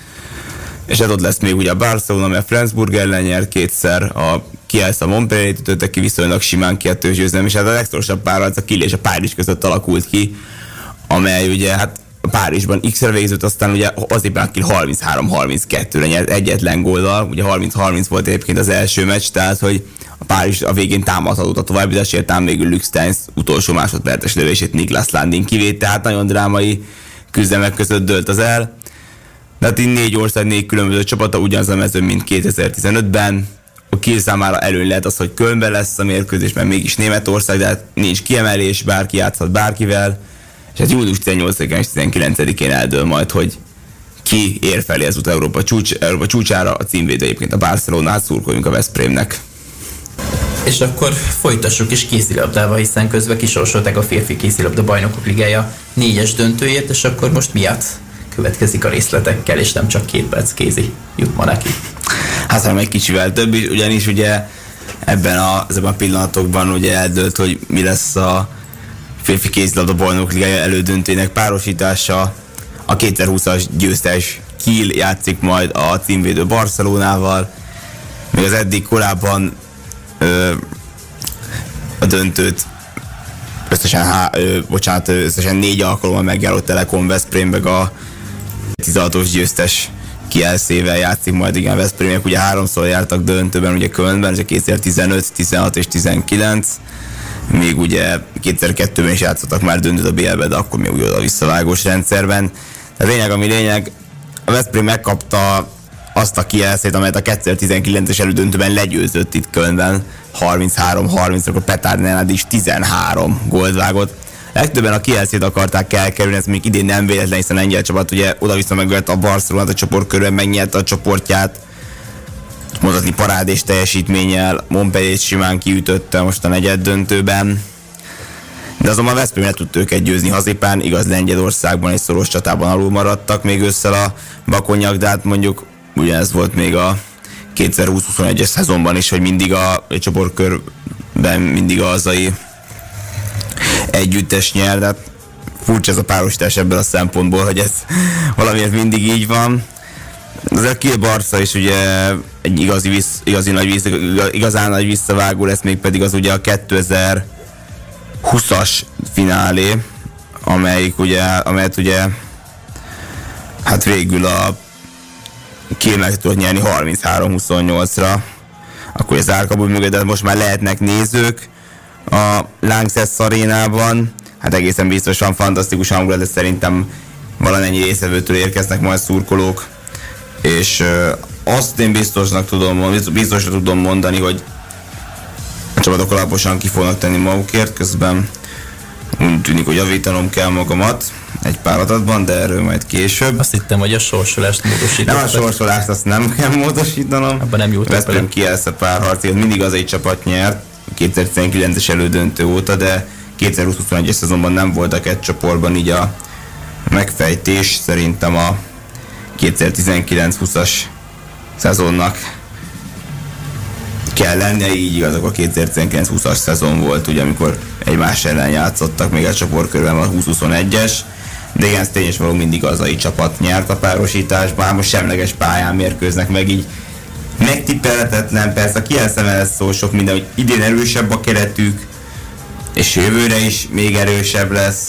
És hát ott lesz még ugye a Barcelona, mert Flensburg ellen nyert kétszer, a Kielce a Montpellier-t ütötte ki viszonylag simán kettős győzelem, és hát a legszorosabb párharc a Kiel és a Párizs között alakult ki, amely ugye hát Párizsban X-re végzett, aztán ugye azért már Kiel harminchárom harminckettőre nyert egyetlen góllal, ugye harminc harminc volt egyébként az első meccs, tehát hogy a Párizs a végén támadhatott a továbbításért, ám végül Luc Steins utolsó másodperces lövését Niklas Landin kivét, tehát nagyon drámai küzdelmek között dőlt az el. De hát így négy ország, négy különböző csapata ugyanaz a mezőn, mint kétezer-tizenötben. A Kiel számára előny lehet az, hogy Kölnben lesz a mérkőzés, mert mégis Németország, de hát nincs kiemelés, bárki játszhat bárkivel. És hát július tizennyolcadikán és tizenkilencedikén eldől majd, hogy ki ér felé az út Európa, csúcs, Európa csúcsára, a címvédő egyébként a Barcelonát, szurkoljunk a Veszprémnek. És akkor folytassuk is kézilabdával, hiszen közben kisorsolták a férfi kézilabda bajnokok ligája négyes döntőjét, és akkor most miatt következik a részletekkel, és nem csak két perc kézi jut ma neki. Hát hanem egy kicsivel több is, ugyanis ugye ebben a, ezekben a pillanatokban ugye eldőlt, hogy mi lesz a férfi kézilabda bajnokok ligája elődöntőjének párosítása. A kétezer-húszas győztes Kiel játszik majd a címvédő Barcelonával, még az eddig korábban ö, a döntőt összesen, há, ö, bocsánat, összesen négy alkalommal megjáró Telekom Veszprém, meg a tizenhatos győztes Kielcével játszik majd, igen, Veszprémiek ugye háromszor jártak döntőben, ugye Kölnben, ugye kétezer-tizenöt, tizenhat és tizenkilenc, még ugye kétezer-kettőben is játszottak már döntőt a bé el-be, de akkor még ugye a visszavágós rendszerben. A lényeg, ami lényeg, a Veszprém megkapta azt a Kielcét, amelyet a kétezer-tizenkilences elődöntőben legyőzött itt Kölnben, harminchárom harminc, akkor Petár Nenad is tizenhárom gólt vágott. Legtöbben a Kielcét akarták elkerülni, ez még idén nem véletlen, hiszen lengyel csapat ugye oda-vissza megvette a Barcelonát a csoportkörben, megnyerte a csoportját, mondhatni parádés teljesítménnyel, Montpellier simán kiütötte most a negyed döntőben. De azonban Veszprém le tudta őket győzni hazipán, igaz Lengyelországban egy szoros csatában alul maradtak még ősszel a bakonyak, de hát mondjuk ugyanez volt még a kétezer-húsz-huszonegyes szezonban is, hogy mindig a, a csoportkörben mindig a hazai együttes nyer, de hát furcsa ez a párosítás ebből a szempontból, hogy ez valamiért mindig így van. Az a Kiel Barca is ugye egy igazi, vissz, igazi nagy vissz, igazán nagy visszavágó lesz, még pedig az ugye a kétezer-húszas finálé, amelyik ugye, amelyet ugye hát végül a Kiel meg tudott nyerni harminchárom huszonnyolcra, akkor az árkabul mögött, de most már lehetnek nézők a Lanxess arénában, hát egészen biztosan fantasztikus hangulat, de szerintem valamennyi részevőtől érkeznek majd szurkolók, és azt én biztosnak tudom, biztosra tudom mondani, hogy csapatok alaposan ki fognak tenni magukért, közben úgy tűnik, hogy javítanom kell magamat egy pár adatban, de erről majd később. Azt hittem, hogy a sorsolást módosítottak. Nem, a sorsolást azt nem kell módosítanom. Abban nem jutott bele. Veszprém Kielce párharc, mindig az egy csapat nyert, kétezer-tizenkilences elődöntő óta, de kétezer-húsz-huszonegyes szezonban nem voltak egy csoportban, így a megfejtés szerintem a kétezer-tizenkilenc-húszas szezonnak kell lennie, így igazok a kétezer-tizenkilenc-húszas szezon volt, ugye, amikor egymás ellen játszottak, még a csoportkörben a húsz-huszonegyes, de igen, tény és való, mindig hazai csapat nyert a párosításban, most semleges pályán mérkőznek meg, így megtippelhetetlen, persze a Kielce lesz szó sok minden, hogy idén erősebb a keretük, és jövőre is még erősebb lesz,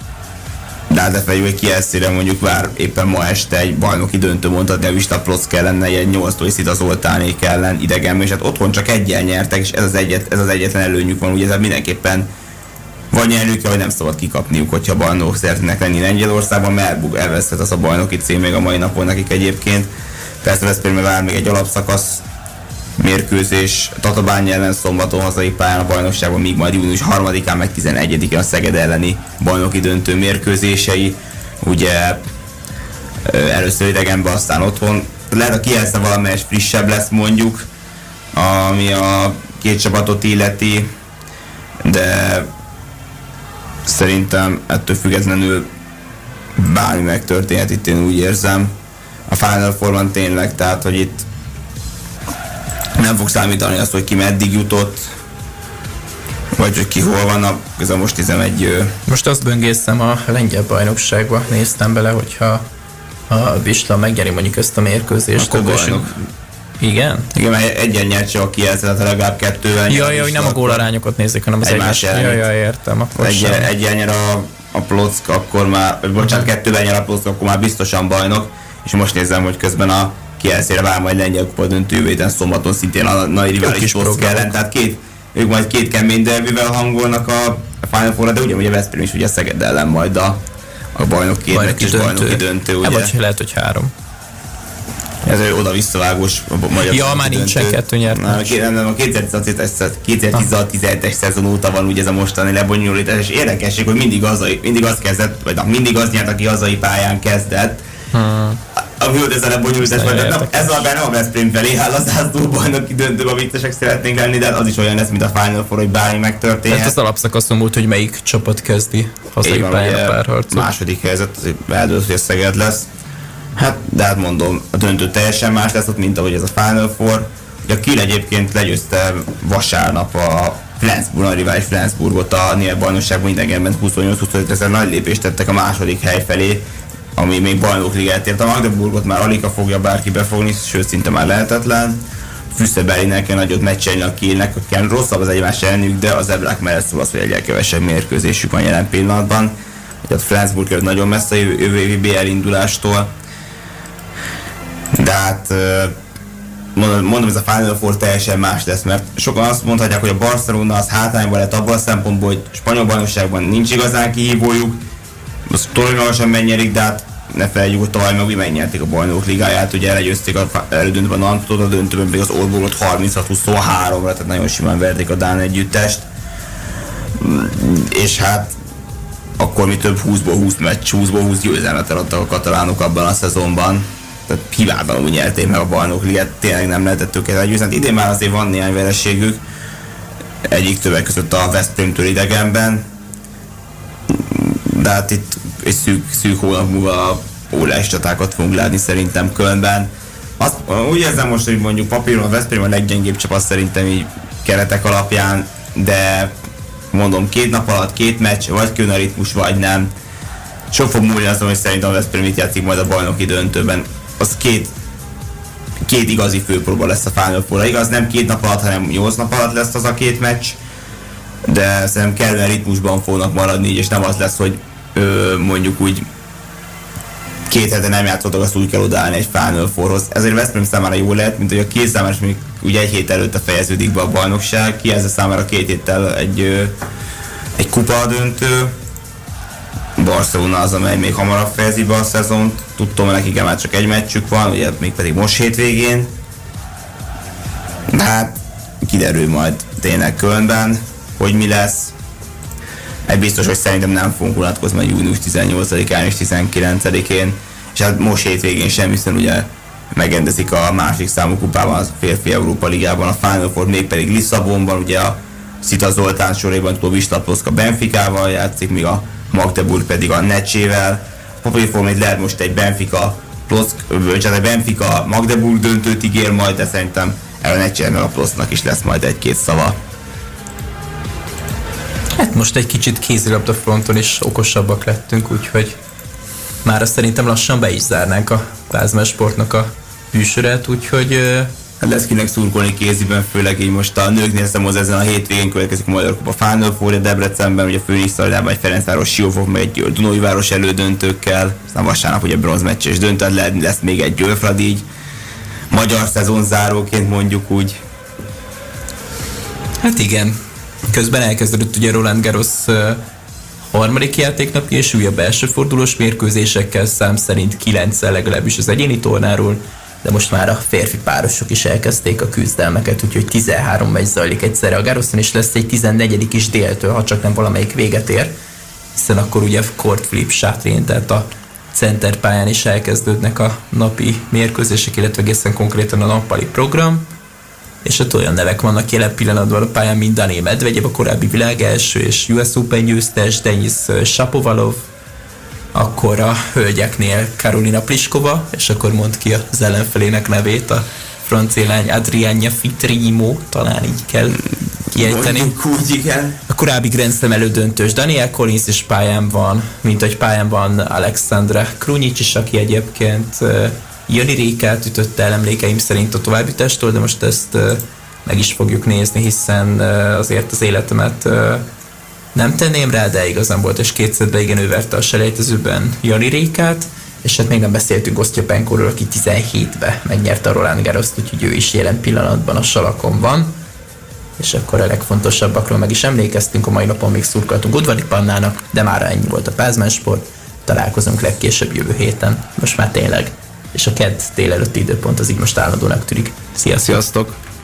de hát lefejű, hogy Kielcére mondjuk vár éppen ma este egy bajnoki döntő, mondhatni a Vista Plock ellen, egy nyolctól Szita Zoltánék ellen idegenben, és hát otthon csak egyen nyertek, és ez az, egyet, ez az egyetlen előnyük van, ugye, tehát mindenképpen vagy nyerniük, vagy nem szabad kikapniuk, hogyha bajnokok szeretnének lenni Lengyelországban, mert elveszhet az a bajnoki cím még a mai napon nekik egyébként. Persze Veszprémbe vár még egy alapszakasz mérkőzés Tatabány ellen szombaton hazai pályán a bajnokságban, míg majd június harmadikán meg tizenegyedikén a Szeged elleni bajnoki döntő mérkőzései. Ugye először idegenben, aztán otthon. Lehet a Kielce valamelyes frissebb lesz mondjuk, ami a két csapatot illeti, de szerintem ettől függetlenül bármi megtörténhet, itt én úgy érzem. A Final Four-ban tényleg, tehát hogy itt nem fog számítani azt, hogy ki meddig jutott, vagy hogy ki hol van, ez a most tizenegy. Most azt böngésztem a lengyel bajnokságba, néztem bele, hogyha a Wisla megnyeri mondjuk ezt a mérkőzést, akkor bajnok. Igen? Igen, mert egyen nyert csak a Kielce, tehát legalább kettővel. Jaj, jaj, nem a gólarányokat nézik, hanem az egymás. Jaj, jaj, értem, akkor egyen, egyen nyer a, a Plock, akkor már, bocsánat, kettővel nyer a Plock, akkor már biztosan bajnok, és most nézem, hogy közben a Kielcére vár majd lengyel kupa döntő jövő héten szombaton szintén a nagy rivális Plock ellen, tehát két, ők majd két kemény derbivel hangolnak a, a Final Four-ra, de ugyanúgy a Veszprém is ugye Szeged ellen majd a, a bajnok két bajnoki és bajnoki döntő, ugye? Vagy lehet, hogy három. Ez egy oda-visszavágós magyar. Ja, már nincsen kettő nyert. Nem, nem, a kétezer-tizenhat-tizenhetes szezon óta van ugye ez a mostani lebonyolítás, és érdekesség, hogy mindig, hazai, mindig az kezdett, vagy na, mindig az nyert, aki hazai pályán kezdett. Hmm. Ami volt ez a lebonyolítás, vagy nem, ez alapján nem a Veszprém felé áll az zászló bajnoki döntőben, viccesek szeretnénk lenni, de az is olyan lesz, mint a Final Four, hogy bármi megtörténhet. Tehát az alapszakaszon múlt, hogy melyik csapat kezdi hazai pályán a párharcot. Második helyzet, eldőlt, hogy a Szeged lesz. Hát, de hát mondom, a döntő teljesen más lesz ott, mint ahogy ez a Final Four. Ugye a Kiel egyébként legyőzte vasárnap a Flensburg, a rivális Flensburgot a német bajnokságban idegenben huszonnyolc-huszonöt ezer nagy lépést tettek a második hely felé, ami még bajnokligát ért. A Magdeburgot már alig fogja bárki befogni, sőt szinte már lehetetlen. Füsszebelinek kell nagyot meccselni a Kielnek, akikkel rosszabb az egymás ellenük, de az ebrák mellett szól az, hogy egyre kevesebb mérkőzésük van jelen pillanatban. Ugye a Flensburg került nagyon messze a jövő évi bé el indulástól. De hát mondom, mondom, ez a Final Four teljesen más lesz, mert sokan azt mondhatják, hogy a Barcelona az hátrányban lett abban a szempontból, hogy spanyol bajnokságban nincs igazán kihívójuk, az toronymagosan megnyerik, de hát ne felejtjük, hogy tavaly meg úgy megnyerték a bajnokok ligáját, ugye elegyőzték az elődöntőben a Nantot, a döntőben pedig az Orborgot harminchat huszonháromra, tehát nagyon simán verték a dán együttest, és hát akkor mi több húszból húsz meccs, húszból húsz győzelmet eladtak a katalánok abban a szezonban. Tehát hibátlanul nyerték meg a bajnokligát, tényleg nem lehetett őket legyőzni. Hát idén már azért van néhány vereségük, egyik többek között a Veszprémtől idegenben, de hát itt egy szűk, szűk hónap múlva óriási csatákat fogunk látni szerintem Kölnben. Azt, úgy érzem most, hogy mondjuk papíron a Veszprém a leggyengébb csapat szerintem így keretek alapján, de mondom, két nap alatt két meccs, vagy kijön a ritmus, vagy nem. Sok fog múlni azon, hogy szerintem a Veszprém mit játszik majd a bajnoki döntőben. Az két, két igazi főpróba lesz a Final Four-ra. Igaz, nem két nap alatt, hanem nyolc nap alatt lesz az a két meccs, de szerintem kellően ritmusban fognak maradni, és nem az lesz, hogy ö, mondjuk úgy két hete nem játszottak, azt úgy kell odaállni egy Final Fourhoz. Ezért Veszprém számára jó lehet, mint hogy a két számára még ugye egy hét előtte fejeződik be a bajnokság, Kielce számára két héttel egy, ö, egy kupa döntő. Barcelona az, amely még hamarabb fejezi be a szezont. Tudtam, hogy nekik már csak egy meccsük van, ugye még pedig most hétvégén. De hát kiderül majd tényleg Kölnben, hogy mi lesz. Egy biztos, hogy szerintem nem fogunk unatkozni majd június tizennyolcadikán és tizenkilencedikén, és hát most hétvégén sem, hiszen ugye megrendezik a másik számú kupában, a férfi Európa Ligában a Final Four, mégpedig Lisszabonban, ugye a Szita Zoltán sorében tudó Wisla Plock Benficával játszik, míg a Magdeburg pedig a Necsével. Papírformét lehet most egy Benfica Plock, vagy egy Benfica Magdeburg döntőt ígér majd, de szerintem el a Necsével meg a Plocknak is lesz majd egy-két szava. Hát most egy kicsit kézilabda fronton is okosabbak lettünk, úgyhogy már azt szerintem lassan be is zárnánk a Pázmány Sportnak a műsorát, úgyhogy... Hát lesz kinek szurkolni kéziben, főleg így most a nőknél hiszem, hogy ezen a hétvégén következik a Magyar Kupa Final Four Debrecenben, ugye Főnix Arénában egy Ferencváros Siófok, meg egy Dunóiváros elődöntőkkel, aztán vasárnap ugye bronzmeccses döntő, lesz még egy Győrfrad így, magyar szezon záróként mondjuk úgy. Hát igen, közben elkezdődött ugye Roland Garros harmadik játéknapja és újabb első fordulós mérkőzésekkel, szám szerint kilenccel legalábbis az egyéni tornáról, de most már a férfi párosok is elkezdték a küzdelmeket, úgyhogy tizenhárom meccs zajlik egyszerre a Garroson, és lesz egy tizennegyedik is déltől, ha csak nem valamelyik véget ér, hiszen akkor ugye Court Philippe Chatrier, tehát a center pályán is elkezdődnek a napi mérkőzések, illetve egészen konkrétan a nappali program, és ott olyan nevek vannak jelen pillanatban a pályán, mint Daniil Medvegyev, a korábbi világ első és u es Open győztes, Denis Shapovalov, akkor a hölgyeknél Karolina Pliskova, és akkor mond ki az ellenfelének nevét, a francia lány Adriana Fitrimo, talán így kell kiejteni. Úgy, igen. A korábbi Grand Slam elődöntős Daniel Collins is pályán van, mint hogy pályán van Alexandra Krunic is, aki egyébként Jani Rékát ütötte el emlékeim szerint a továbbjutástól, de most ezt meg is fogjuk nézni, hiszen azért az életemet nem tenném rá, de igazán volt, és kétszerben igen, ő verte a selejtezőben Jani Rékát, és hát még nem beszéltünk Osztyapenkoról, aki tizenhétben megnyerte a Roland Garrost, úgyhogy ő is jelen pillanatban a salakon van. És akkor a legfontosabbakról meg is emlékeztünk, a mai napon még szurkoltunk Udvari Pannának, de már ennyi volt a Pázmány Sport. Találkozunk legkésőbb jövő héten, most már tényleg. És a kedd délelőtti időpont az így most állandónak tűnik. Sziasztok! Sziasztok.